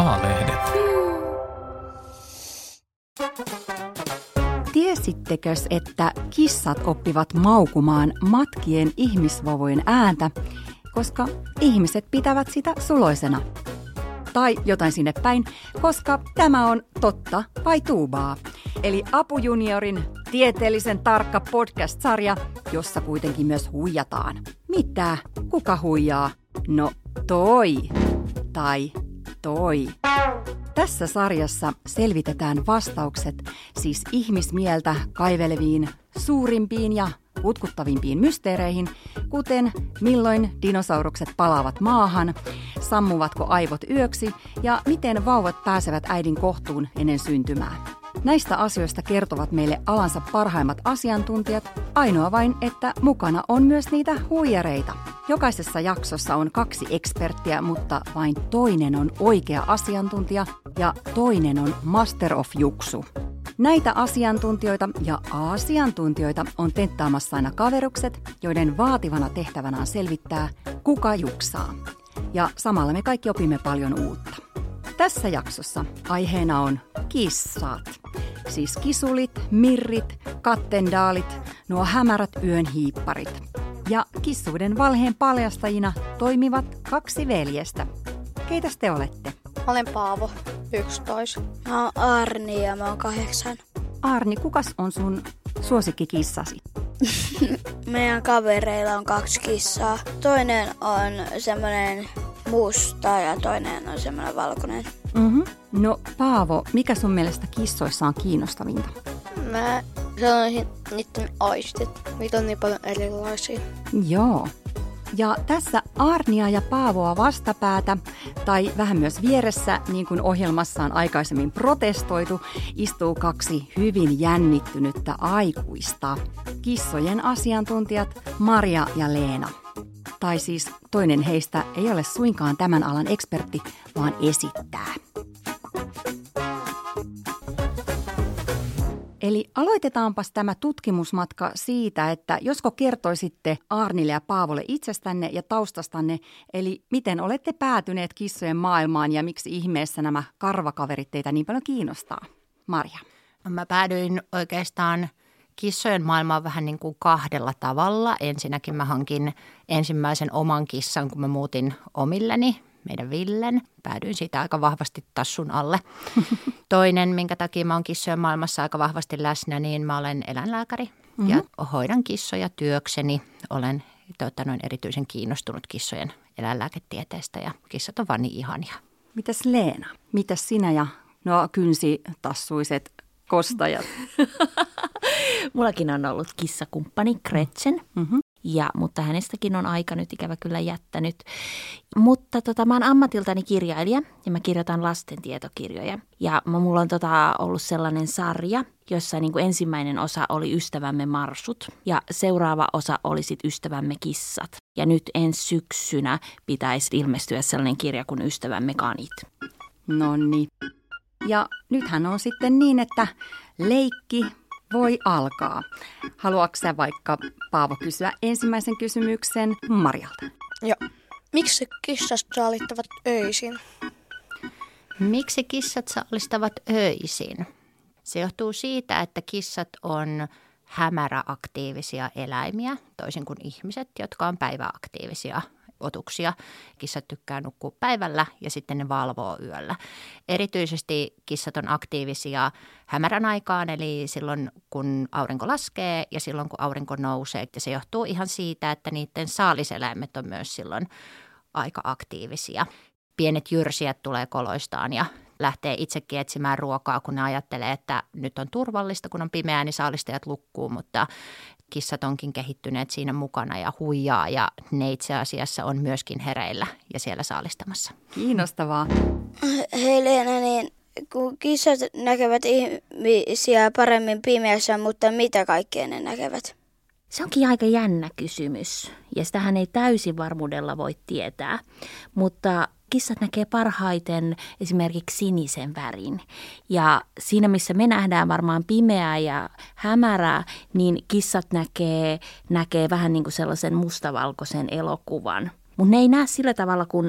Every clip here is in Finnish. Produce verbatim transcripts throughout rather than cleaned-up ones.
Maalehdet. Tiesittekös, että kissat oppivat maukumaan matkien ihmisvauvojen ääntä, koska ihmiset pitävät sitä suloisena? Tai jotain sinne päin, koska tämä on totta vai tuubaa. Eli Apu Juniorin tieteellisen tarkka podcast-sarja, jossa kuitenkin myös huijataan. Mitä? Kuka huijaa? No toi. Tai toi. Tässä sarjassa selvitetään vastaukset siis ihmismieltä kaiveleviin suurimpiin ja kutkuttavimpiin mysteereihin, kuten milloin dinosaurukset palaavat maahan, sammuvatko aivot yöksi ja miten vauvat pääsevät äidin kohtuun ennen syntymää. Näistä asioista kertovat meille alansa parhaimmat asiantuntijat, ainoa vain, että mukana on myös niitä huijareita. Jokaisessa jaksossa on kaksi eksperttiä, mutta vain toinen on oikea asiantuntija ja toinen on Master of Juksu. Näitä asiantuntijoita ja asiantuntijoita on tenttaamassa aina kaverukset, joiden vaativana tehtävänä on selvittää, kuka juksaa. Ja samalla me kaikki opimme paljon uutta. Tässä jaksossa aiheena on kissat. Siis kisulit, mirrit, kattendaalit, nuo hämärät yön hiipparit. Ja kissuuden valheen paljastajina toimivat kaksi veljestä. Keitäs te olette? Olen Paavo, yksitoista. Mä oon Arni ja mä oon kahdeksan. Arni, kukas on sun suosikkikissasi? Meidän kavereilla on kaksi kissaa. Toinen on semmoinen musta ja toinen on semmoinen valkoinen. Mm-hmm. No Paavo, mikä sun mielestä kissoissa on kiinnostavinta? Mä sanoisin niiden aistit. Niitä on niin paljon erilaisia. Joo. Ja tässä Arnia ja Paavoa vastapäätä, tai vähän myös vieressä, niin kuin ohjelmassa on aikaisemmin protestoitu, istuu kaksi hyvin jännittynyttä aikuista. Kissojen asiantuntijat Maria ja Leena. Tai siis toinen heistä ei ole suinkaan tämän alan ekspertti, vaan esittää. Eli aloitetaanpas tämä tutkimusmatka siitä, että josko kertoisitte Arnille ja Paavolle itsestänne ja taustastanne, eli miten olette päätyneet kissojen maailmaan ja miksi ihmeessä nämä karvakaverit teitä niin paljon kiinnostaa. Marja. Mä päädyin oikeastaan kissojen maailmaan vähän niin kuin kahdella tavalla. Ensinnäkin mä hankin ensimmäisen oman kissan, kun mä muutin omilleni, meidän Villen. Päädyin siitä aika vahvasti tassun alle. Toinen, minkä takia mä oon kissojen maailmassa aika vahvasti läsnä, niin mä olen eläinlääkäri mm-hmm. ja hoidan kissoja työkseni. Olen tota, noin erityisen kiinnostunut kissojen eläinlääketieteestä ja kissat on vaan niin ihania. Mitäs Leena? Mitäs sinä ja nuo kynsitassuiset kostajat? Mullakin on ollut kissakumppani Gretchen, mm-hmm. ja, mutta hänestäkin on aika nyt ikävä kyllä jättänyt. Mutta tota, mä oon ammatiltani kirjailija ja mä kirjoitan lastentietokirjoja. Ja mulla on tota, ollut sellainen sarja, jossa niin kuin ensimmäinen osa oli Ystävämme marsut ja seuraava osa oli sit Ystävämme kissat. Ja nyt ensi syksynä pitäisi ilmestyä sellainen kirja kuin Ystävämme kanit. Nonni. Ja nythän on sitten niin, että leikki voi alkaa. Haluatko sä vaikka, Paavo, kysyä ensimmäisen kysymyksen Marjalta? Joo. Miksi kissat saalittavat öisin? Miksi kissat saalistavat öisin? Se johtuu siitä, että kissat on hämäräaktiivisia eläimiä, toisin kuin ihmiset, jotka on päiväaktiivisia otuksia. Kissat tykkää nukkua päivällä ja sitten ne valvoo yöllä. Erityisesti kissat on aktiivisia hämärän aikaan, eli silloin kun aurinko laskee ja silloin kun aurinko nousee. Ja se johtuu ihan siitä, että niiden saaliseläimet on myös silloin aika aktiivisia. Pienet jyrsijät tulee koloistaan ja lähtee itsekin etsimään ruokaa, kun ne ajattelee, että nyt on turvallista, kun on pimeää, niin saalistajat lukkuu, mutta kissat onkin kehittyneet siinä mukana ja huijaa ja ne itse asiassa on myöskin hereillä ja siellä saalistamassa. Kiinnostavaa. Hei Leena, niin kun kissat näkevät ihmisiä paremmin pimeässä, mutta mitä kaikkea ne näkevät? Se onkin aika jännä kysymys ja sitähän ei täysin varmuudella voi tietää, mutta kissat näkee parhaiten esimerkiksi sinisen värin. Ja siinä, missä me nähdään varmaan pimeää ja hämärää, niin kissat näkee, näkee vähän niin kuin sellaisen mustavalkoisen elokuvan. Mutta ne ei näe sillä tavalla kuin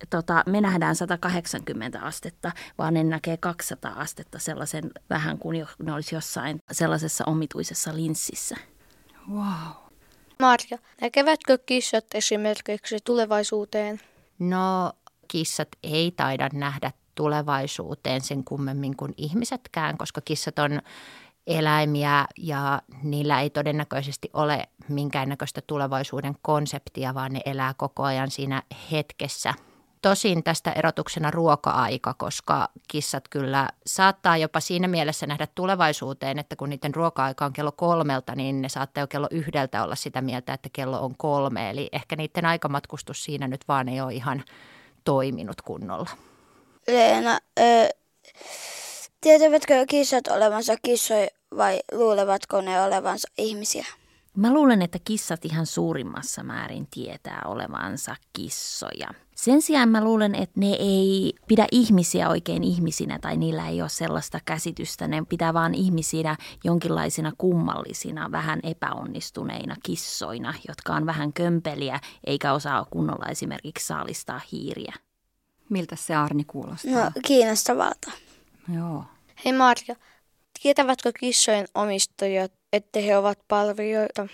tota, me nähdään sata kahdeksankymmentä astetta, vaan ne näkee kaksisataa astetta sellaisen vähän kuin jo, ne olisi jossain sellaisessa omituisessa linssissä. Wow. Marja, näkevätkö kissat esimerkiksi tulevaisuuteen? No, kissat ei taida nähdä tulevaisuuteen sen kummemmin kuin ihmisetkään, koska kissat on eläimiä ja niillä ei todennäköisesti ole minkäännäköistä tulevaisuuden konseptia, vaan ne elää koko ajan siinä hetkessä. Tosin tästä erotuksena ruoka-aika, koska kissat kyllä saattaa jopa siinä mielessä nähdä tulevaisuuteen, että kun niiden ruoka-aika on kello kolmelta, niin ne saattaa jo kello yhdeltä olla sitä mieltä, että kello on kolme. Eli ehkä niiden aikamatkustus siinä nyt vaan ei ole ihan toiminut kunnolla. Leena, ö, tietävätkö kissat olevansa kissoja vai luulevatko ne olevansa ihmisiä? Mä luulen, että kissat ihan suurimmassa määrin tietää olevansa kissoja. Sen sijaan mä luulen, että ne ei pidä ihmisiä oikein ihmisinä tai niillä ei ole sellaista käsitystä. Ne pitää vaan ihmisinä jonkinlaisina kummallisina, vähän epäonnistuneina kissoina, jotka on vähän kömpeliä eikä osaa kunnolla esimerkiksi saalistaa hiiriä. Miltä se Arni kuulostaa? No, kiinnostavalta. Joo. Hei Marja, tietävätkö kissojen omistajat, että he ovat palvelijoita?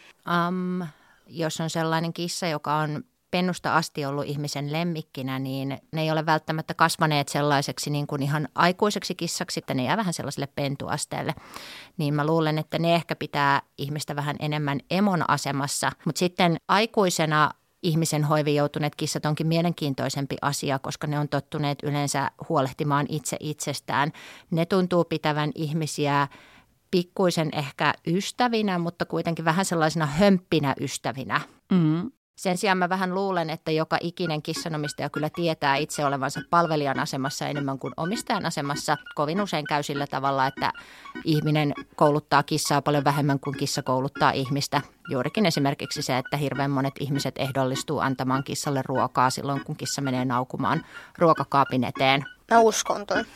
Um, jos on sellainen kissa, joka on pennusta asti ollut ihmisen lemmikkinä, niin ne ei ole välttämättä kasvaneet sellaiseksi niin kuin ihan aikuiseksi kissaksi, että ne jää vähän sellaiselle pentuasteelle. Niin mä luulen, että ne ehkä pitää ihmistä vähän enemmän emon asemassa, mutta sitten aikuisena ihmisen hoiviin joutuneet kissat onkin mielenkiintoisempi asia, koska ne on tottuneet yleensä huolehtimaan itse itsestään. Ne tuntuu pitävän ihmisiä pikkuisen ehkä ystävinä, mutta kuitenkin vähän sellaisina hömppinä ystävinä. Mm. Sen sijaan mä vähän luulen, että joka ikinen kissanomistaja kyllä tietää itse olevansa palvelijan asemassa enemmän kuin omistajan asemassa. Kovin usein käy sillä tavalla, että ihminen kouluttaa kissaa paljon vähemmän kuin kissa kouluttaa ihmistä. Juurikin esimerkiksi se, että hirveän monet ihmiset ehdollistuu antamaan kissalle ruokaa silloin, kun kissa menee naukumaan ruokakaapin eteen. Mä uskon ton.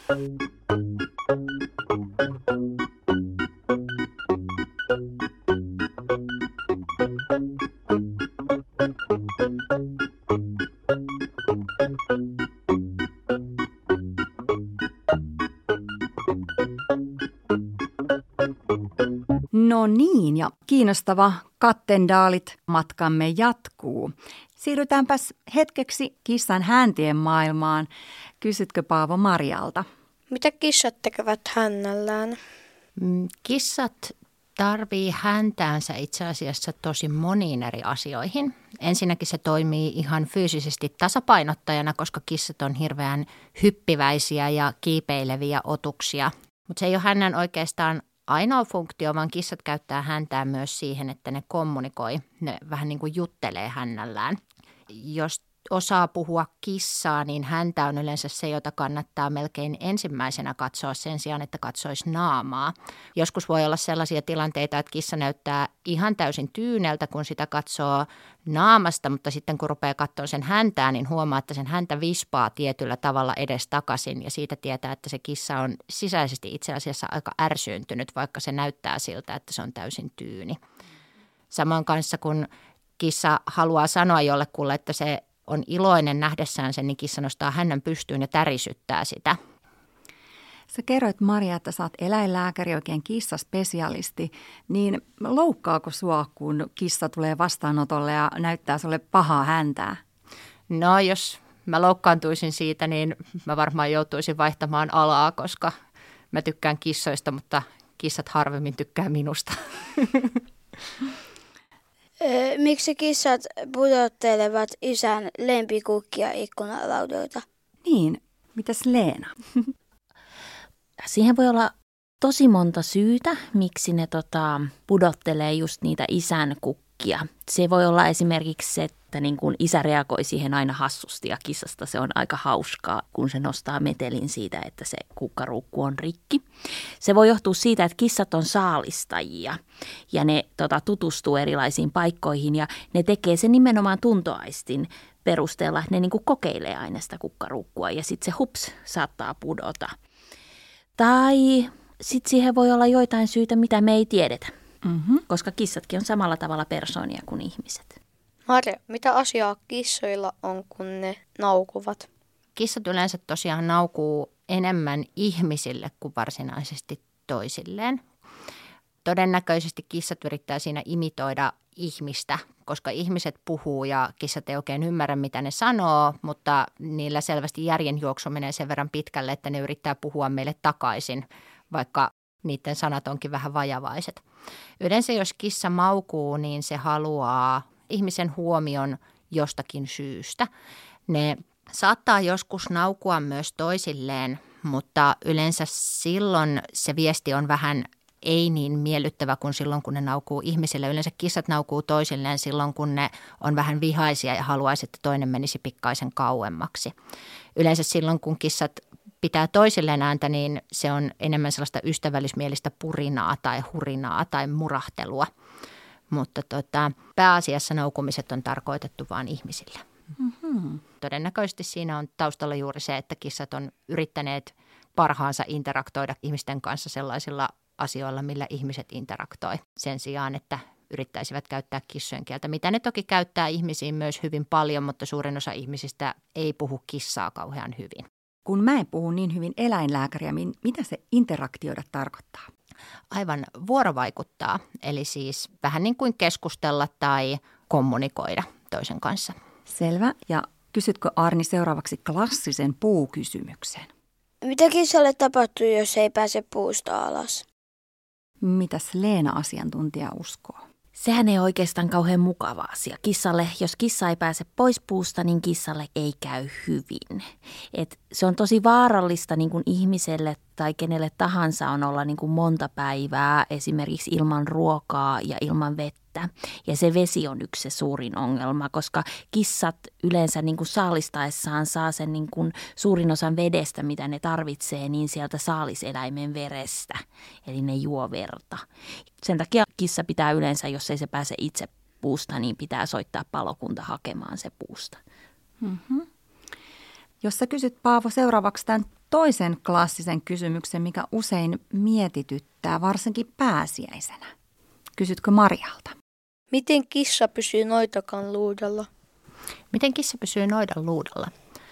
No niin, ja kiinnostava Kattendaalit matkamme jatkuu. Siirrytäänpäs hetkeksi kissan häntien maailmaan. Kysytkö Paavo Marjalta? Mitä kissat tekevät hännällään? Kissat tarvii häntäänsä itse asiassa tosi moniin eri asioihin. Ensinnäkin se toimii ihan fyysisesti tasapainottajana, koska kissat on hirveän hyppiväisiä ja kiipeileviä otuksia. Mutta se ei ole hännän oikeastaan ainoa funktio, vaan kissat käyttää häntää myös siihen, että ne kommunikoi. Ne vähän niin kuin juttelee hännällään. Jos osaa puhua kissaa, niin häntä on yleensä se, jota kannattaa melkein ensimmäisenä katsoa sen sijaan, että katsoisi naamaa. Joskus voi olla sellaisia tilanteita, että kissa näyttää ihan täysin tyyneltä, kun sitä katsoo naamasta, mutta sitten kun rupeaa katsoa sen häntää, niin huomaa, että sen häntä vispaa tietyllä tavalla edestakaisin ja siitä tietää, että se kissa on sisäisesti itse asiassa aika ärsyyntynyt, vaikka se näyttää siltä, että se on täysin tyyni. Samoin kanssa, kun kissa haluaa sanoa jollekulle, että se on iloinen nähdessään sen, niin kissa nostaa hännän pystyyn ja tärisyttää sitä. Sä kerroit, Marja, että sä oot eläinlääkäri, oikein kissaspesialisti, niin loukkaako sua, kun kissa tulee vastaanotolle ja näyttää sulle pahaa häntää? No, jos mä loukkaantuisin siitä, niin mä varmaan joutuisin vaihtamaan alaa, koska mä tykkään kissoista, mutta kissat harvemmin tykkää minusta. Miksi kissat pudottelevat isän lempikukkia ikkunalaudilta? Niin, mitäs Leena? Siihen voi olla tosi monta syytä, miksi ne tota, pudottelee just niitä isän kukkia. Se voi olla esimerkiksi se, että niin kun isä reagoi siihen aina hassusti ja kissasta se on aika hauskaa, kun se nostaa metelin siitä, että se kukkaruukku on rikki. Se voi johtua siitä, että kissat on saalistajia ja ne tota, tutustuu erilaisiin paikkoihin ja ne tekee sen nimenomaan tuntoaistin perusteella. Ne niin kun kokeilee aina sitä kukkaruukkua ja sitten se hups saattaa pudota. Tai sitten siihen voi olla joitain syitä, mitä me ei tiedetä, mm-hmm. koska kissatkin on samalla tavalla persoonia kuin ihmiset. Marja, mitä asiaa kissoilla on, kun ne naukuvat? Kissat yleensä tosiaan naukuu enemmän ihmisille kuin varsinaisesti toisilleen. Todennäköisesti kissat yrittää siinä imitoida ihmistä, koska ihmiset puhuu ja kissat ei oikein ymmärrä, mitä ne sanoo, mutta niillä selvästi järjenjuoksu menee sen verran pitkälle, että ne yrittää puhua meille takaisin, vaikka niiden sanat onkin vähän vajavaiset. Yleensä jos kissa maukuu, niin se haluaa ihmisen huomion jostakin syystä. Ne saattaa joskus naukua myös toisilleen, mutta yleensä silloin se viesti on vähän ei niin miellyttävä kuin silloin, kun ne naukuu ihmisille. Yleensä kissat naukuu toisilleen silloin, kun ne on vähän vihaisia ja haluaisi, että toinen menisi pikkaisen kauemmaksi. Yleensä silloin, kun kissat pitää toisilleen ääntä, niin se on enemmän sellaista ystävällismielistä purinaa tai hurinaa tai murahtelua. Mutta tota, pääasiassa naukumiset on tarkoitettu vain ihmisille. Mm-hmm. Todennäköisesti siinä on taustalla juuri se, että kissat on yrittäneet parhaansa interaktoida ihmisten kanssa sellaisilla asioilla, millä ihmiset interaktoi sen sijaan, että yrittäisivät käyttää kissojen kieltä, mitä ne toki käyttää ihmisiin myös hyvin paljon, mutta suurin osa ihmisistä ei puhu kissaa kauhean hyvin. Kun mä en puhu niin hyvin eläinlääkäriä, mitä se interaktioida tarkoittaa? Aivan vuorovaikuttaa, eli siis vähän niin kuin keskustella tai kommunikoida toisen kanssa. Selvä. Ja kysytkö Arni seuraavaksi klassisen puukysymyksen? Mitä kissalle tapahtuu, jos ei pääse puusta alas? Mitäs Leena asiantuntija uskoo? Sehän ei oikeastaan kauhean mukava asia. Kissalle, jos kissa ei pääse pois puusta, niin kissalle ei käy hyvin. Et se on tosi vaarallista niin kuin ihmiselle tai kenelle tahansa on olla niin kuin monta päivää esimerkiksi ilman ruokaa ja ilman vettä. Ja se vesi on yksi se suurin ongelma, koska kissat yleensä niin kuin saalistaessaan saa sen niin kuin suurin osan vedestä, mitä ne tarvitsee, niin sieltä saaliseläimen verestä. Eli ne juo verta. Sen takia kissa pitää yleensä, jos ei se pääse itse puusta, niin pitää soittaa palokunta hakemaan se puusta. Mm-hmm. Jos sä kysyt, Paavo, seuraavaksi tämän toisen klassisen kysymyksen, mikä usein mietityttää, varsinkin pääsiäisenä. Kysytkö Marjalta? Miten kissa pysyy noitakan luudalla? Miten kissa pysyy noidan luudalla?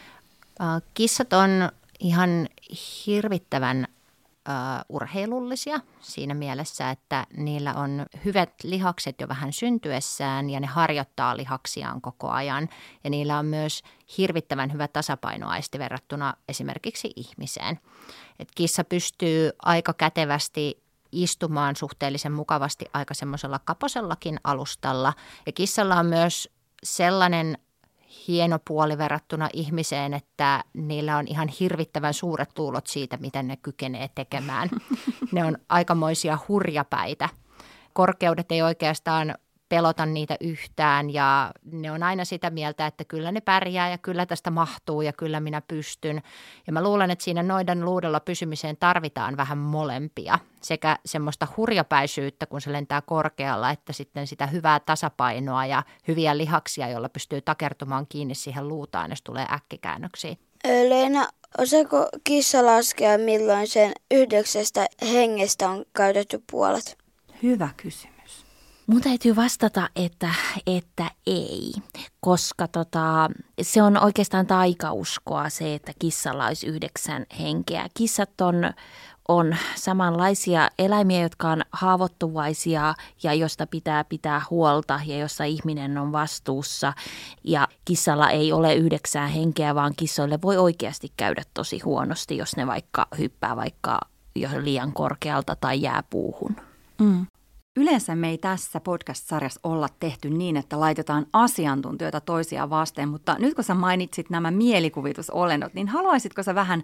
Kissat on ihan hirvittävän uh, urheilullisia siinä mielessä, että niillä on hyvät lihakset jo vähän syntyessään ja ne harjoittaa lihaksiaan koko ajan. Ja niillä on myös hirvittävän hyvä tasapainoaisti verrattuna esimerkiksi ihmiseen. Et kissa pystyy aika kätevästi istumaan suhteellisen mukavasti aika semmoisella kaposellakin alustalla. Ja kissalla on myös sellainen hieno puoli verrattuna ihmiseen, että niillä on ihan hirvittävän suuret luulot siitä, miten ne kykenee tekemään. Ne on aikamoisia hurjapäitä. Korkeudet ei oikeastaan pelota niitä yhtään ja ne on aina sitä mieltä, että kyllä ne pärjää ja kyllä tästä mahtuu ja kyllä minä pystyn. Ja mä luulen, että siinä noidan luudella pysymiseen tarvitaan vähän molempia. Sekä semmoista hurjapäisyyttä, kun se lentää korkealla, että sitten sitä hyvää tasapainoa ja hyviä lihaksia, joilla pystyy takertumaan kiinni siihen luutaan, jos tulee äkkikäännöksiä. Leena, osaako kissa laskea, milloin sen yhdeksästä hengestä on käytetty puolet? Hyvä kysymys. Mun täytyy vastata, että, että ei, koska tota, se on oikeastaan taikauskoa se, että kissalla olisi yhdeksän henkeä. Kissat on, on samanlaisia eläimiä, jotka on haavoittuvaisia ja josta pitää pitää huolta ja jossa ihminen on vastuussa. Ja kissalla ei ole yhdeksää henkeä, vaan kissoille voi oikeasti käydä tosi huonosti, jos ne vaikka hyppää vaikka jo liian korkealta tai jää puuhun. Mm. Yleensä me ei tässä podcast-sarjassa olla tehty niin, että laitetaan asiantuntijoita toisiaan vastaan, mutta nyt kun sä mainitsit nämä mielikuvitusolennot, niin haluaisitko sä vähän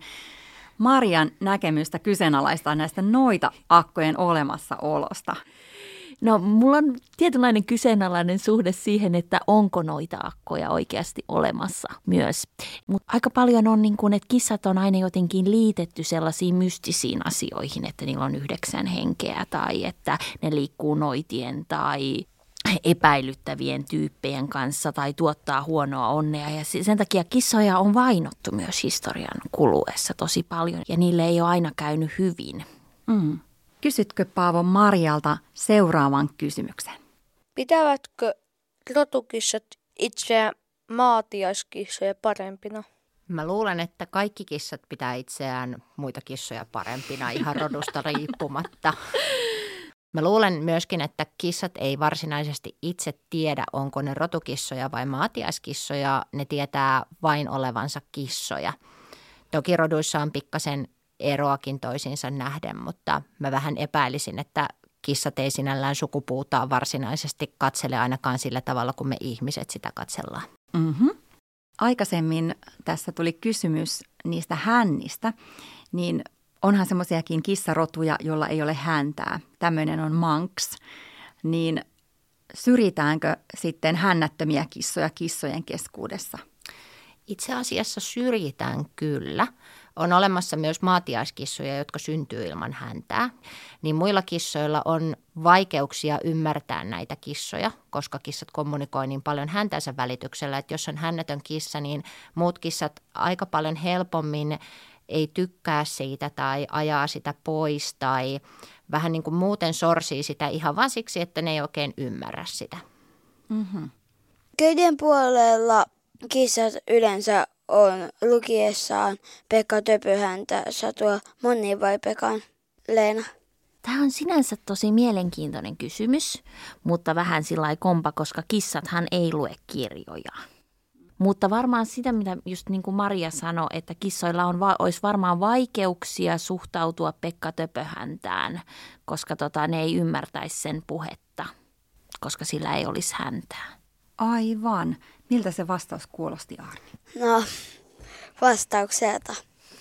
Marjan näkemystä kyseenalaistaa näistä noita-akkojen olemassaolosta? No mulla on tietynlainen kyseenalainen suhde siihen, että onko noita akkoja oikeasti olemassa myös. Mutta aika paljon on niin kuin, että kissat on aina jotenkin liitetty sellaisiin mystisiin asioihin, että niillä on yhdeksän henkeä tai että ne liikkuu noitien tai epäilyttävien tyyppien kanssa tai tuottaa huonoa onnea. Ja sen takia kissoja on vainottu myös historian kuluessa tosi paljon ja niille ei ole aina käynyt hyvin. Mm. Kysytkö, Paavo, Marjalta seuraavan kysymyksen? Pitävätkö rotukissat itseään maatiaiskissoja parempina? Mä luulen, että kaikki kissat pitää itseään muita kissoja parempina ihan rodusta riippumatta. Mä luulen myöskin, että kissat ei varsinaisesti itse tiedä, onko ne rotukissoja vai maatiaiskissoja. Ne tietää vain olevansa kissoja. Toki roduissa on pikkasen eroakin toisiinsa nähden, mutta mä vähän epäilisin, että kissat ei sinällään sukupuutaan varsinaisesti katsele ainakaan sillä tavalla, kun me ihmiset sitä katsellaan. Mm-hmm. Aikaisemmin tässä tuli kysymys niistä hännistä, niin onhan semmoisiakin kissarotuja, jolla ei ole häntää. Tämmöinen on Manx. Niin syrjitäänkö sitten hännättömiä kissoja kissojen keskuudessa? Itse asiassa syrjitään kyllä. On olemassa myös maatiaiskissoja, jotka syntyy ilman häntää. Niin muilla kissoilla on vaikeuksia ymmärtää näitä kissoja, koska kissat kommunikoi niin paljon häntänsä välityksellä, että jos on hännätön kissa, niin muut kissat aika paljon helpommin ei tykkää siitä tai ajaa sitä pois tai vähän niin kuin muuten sorsii sitä ihan vaan siksi, että ne ei oikein ymmärrä sitä. Mm-hmm. Keiden puolella kissat yleensä on lukiessaan Pekka Töpöhäntä satua Monni vai Pekan Leena? Tämä on sinänsä tosi mielenkiintoinen kysymys, mutta vähän sillai kompa, koska kissathan ei lue kirjoja. Mutta varmaan sitä, mitä just niin kuin Maria sanoi, että kissoilla on va- olisi varmaan vaikeuksia suhtautua Pekka Töpöhäntään, koska tota, ne ei ymmärtäisi sen puhetta, koska sillä ei olisi häntää. Aivan. Miltä se vastaus kuulosti, Arni? No, vastaukselta.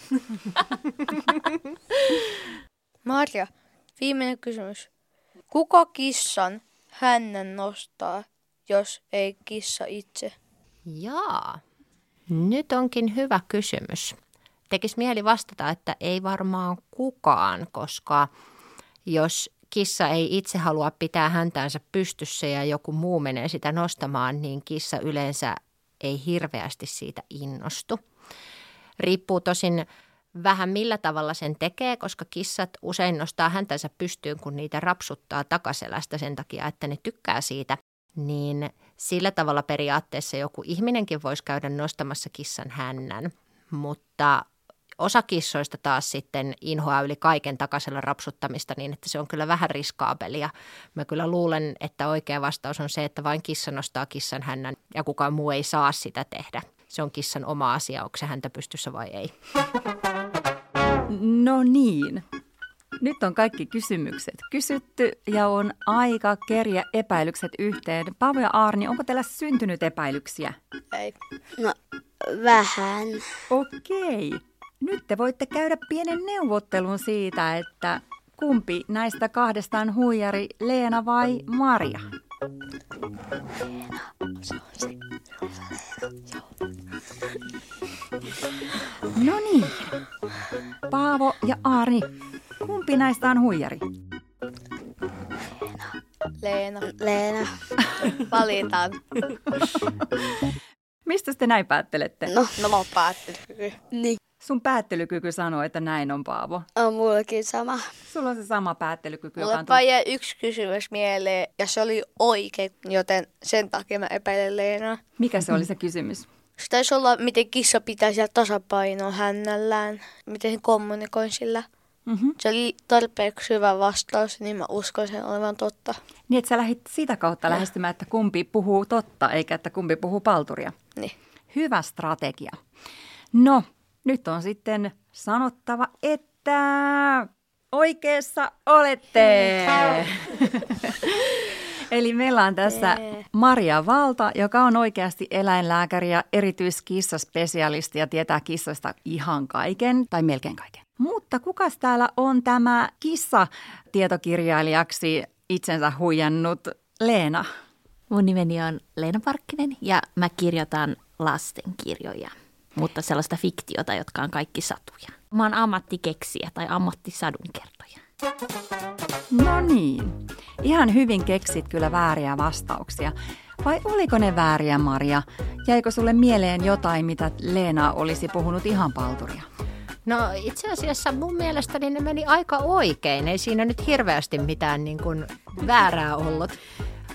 Marja, viimeinen kysymys. Kuka kissan hännän nostaa, jos ei kissa itse? Jaa, nyt onkin hyvä kysymys. Tekisi mieli vastata, että ei varmaan kukaan, koska jos kissa ei itse halua pitää häntäänsä pystyssä ja joku muu menee sitä nostamaan, niin kissa yleensä ei hirveästi siitä innostu. Riippuu tosin vähän millä tavalla sen tekee, koska kissat usein nostaa häntänsä pystyyn, kun niitä rapsuttaa takaselästä sen takia, että ne tykkää siitä. Niin sillä tavalla periaatteessa joku ihminenkin voisi käydä nostamassa kissan hännän, mutta osa kissoista taas sitten inhoaa yli kaiken takasella rapsuttamista niin, että se on kyllä vähän riskaabelia. Mä kyllä luulen, että oikea vastaus on se, että vain kissa nostaa kissan hännän ja kukaan muu ei saa sitä tehdä. Se on kissan oma asia, onko se häntä pystyssä vai ei. No niin. Nyt on kaikki kysymykset kysytty ja on aika keriä epäilykset yhteen. Paavo ja Aarni, onko teillä syntynyt epäilyksiä? Ei. No, vähän. Okei. Nyt te voitte käydä pienen neuvottelun siitä, että kumpi näistä kahdesta on huijari, Leena vai Maria? Leena. Se on se. No niin. Paavo ja Aarni, kumpi näistä on huijari? Leena. Leena. Valitaan. Mistä te näin päättelette? No, No mä oon päättelykyky. niin. Sun päättelykyky sanoo, että näin on, Paavo. On mullakin sama. Sulla on se sama päättelykyky, joka Mulle on vaan jäi yksi kysymys mieleen ja se oli oikein, joten sen takia mä epäilen Leenaa. Mikä se oli se kysymys? Se taisi olla, miten kissa pitää siellä tasapainoa hännällään, miten se kommunikoi sillä. Mm-hmm. Se oli tarpeeksi hyvä vastaus, niin mä uskon sen olevan totta. Niin, että sä lähdit sitä kautta lähestymään, että kumpi puhuu totta, eikä että kumpi puhuu palturia. Niin. Hyvä strategia. No, nyt on sitten sanottava, että oikeassa olette. Eli meillä on tässä Maria Valta, joka on oikeasti eläinlääkäri ja erityiskissaspesialisti ja tietää kissoista ihan kaiken tai melkein kaiken. Mutta kukas täällä on tämä kissatietokirjailijaksi itsensä huijannut Leena? Mun nimeni on Leena Parkkinen ja mä kirjoitan lastenkirjoja, mutta sellaista fiktiota, jotka on kaikki satuja. Mä oon ammattikeksijä tai ammattisadunkertoja. No niin, ihan hyvin keksit kyllä vääriä vastauksia. Vai oliko ne vääriä, Maria? Jäikö sulle mieleen jotain, mitä Leena olisi puhunut ihan palturia? No itse asiassa mun mielestäni ne meni aika oikein. Ei siinä nyt hirveästi mitään niin kuin väärää ollut.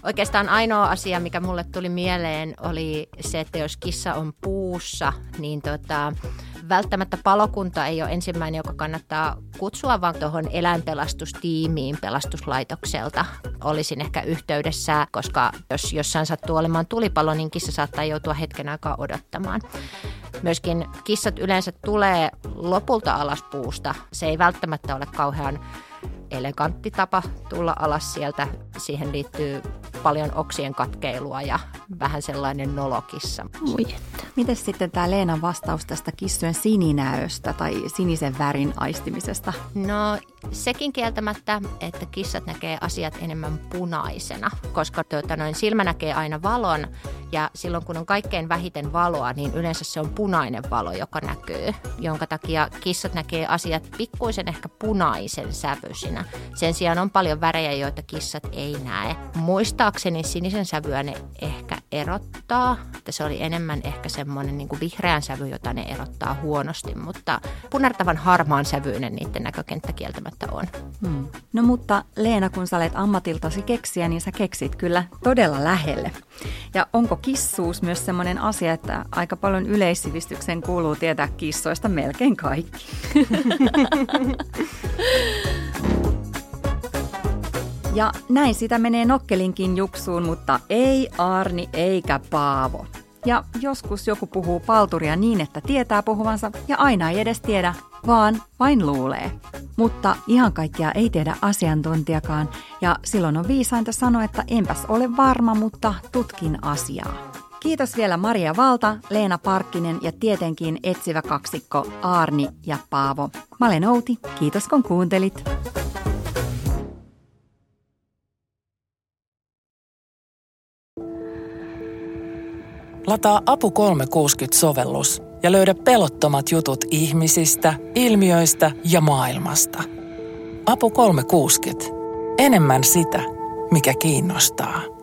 Oikeastaan ainoa asia, mikä mulle tuli mieleen, oli se, että jos kissa on puussa, niin tota, välttämättä palokunta ei ole ensimmäinen, joka kannattaa kutsua, vaan tuohon eläinpelastustiimiin pelastuslaitokselta olisin ehkä yhteydessä, koska jos jossain sattuu olemaan tulipalo, niin kissa saattaa joutua hetken aikaa odottamaan. Myöskin kissat yleensä tulee lopulta alas puusta. Se ei välttämättä ole kauhean elegantti tapa tulla alas sieltä. Siihen liittyy paljon oksien katkeilua ja vähän sellainen nolokissa. Mites sitten tämä Leenan vastaus tästä kissojen sininäöstä tai sinisen värin aistimisesta? No sekin kieltämättä, että kissat näkee asiat enemmän punaisena, koska tuota, noin silmä näkee aina valon ja silloin kun on kaikkein vähiten valoa, niin yleensä se on punainen valo, joka näkyy, jonka takia kissat näkee asiat pikkuisen ehkä punaisen sävyisinä. Sen sijaan on paljon värejä, joita kissat ei näe. Muistaakseni sinisen sävyä ne ehkä erottaa, että se oli enemmän ehkä semmoinen niin kuin vihreän sävy, jota ne erottaa huonosti, mutta punertavan harmaan sävyinen niiden näkökenttä kieltämättä on. Hmm. No mutta Leena, kun sä olet ammatiltasi keksiä, niin sä keksit kyllä todella lähelle. Ja onko kissuus myös semmoinen asia, että aika paljon yleissivistykseen kuuluu tietää kissoista melkein kaikki? Ja näin sitä menee nokkelinkin juksuun, mutta ei Aarni eikä Paavo. Ja joskus joku puhuu palturia niin, että tietää puhuvansa ja aina ei edes tiedä, vaan vain luulee. Mutta ihan kaikkea ei tiedä asiantuntijakaan ja silloin on viisainta sanoa, että enpäs ole varma, mutta tutkin asiaa. Kiitos vielä Maria Valta, Leena Parkkinen ja tietenkin etsivä kaksikko Aarni ja Paavo. Mä olen Outi, kiitos kun kuuntelit. Lataa Apu kolmesataakuusikymmentä-sovellus ja löydä pelottomat jutut ihmisistä, ilmiöistä ja maailmasta. Apu kolmesataakuusikymmentä. Enemmän sitä, mikä kiinnostaa.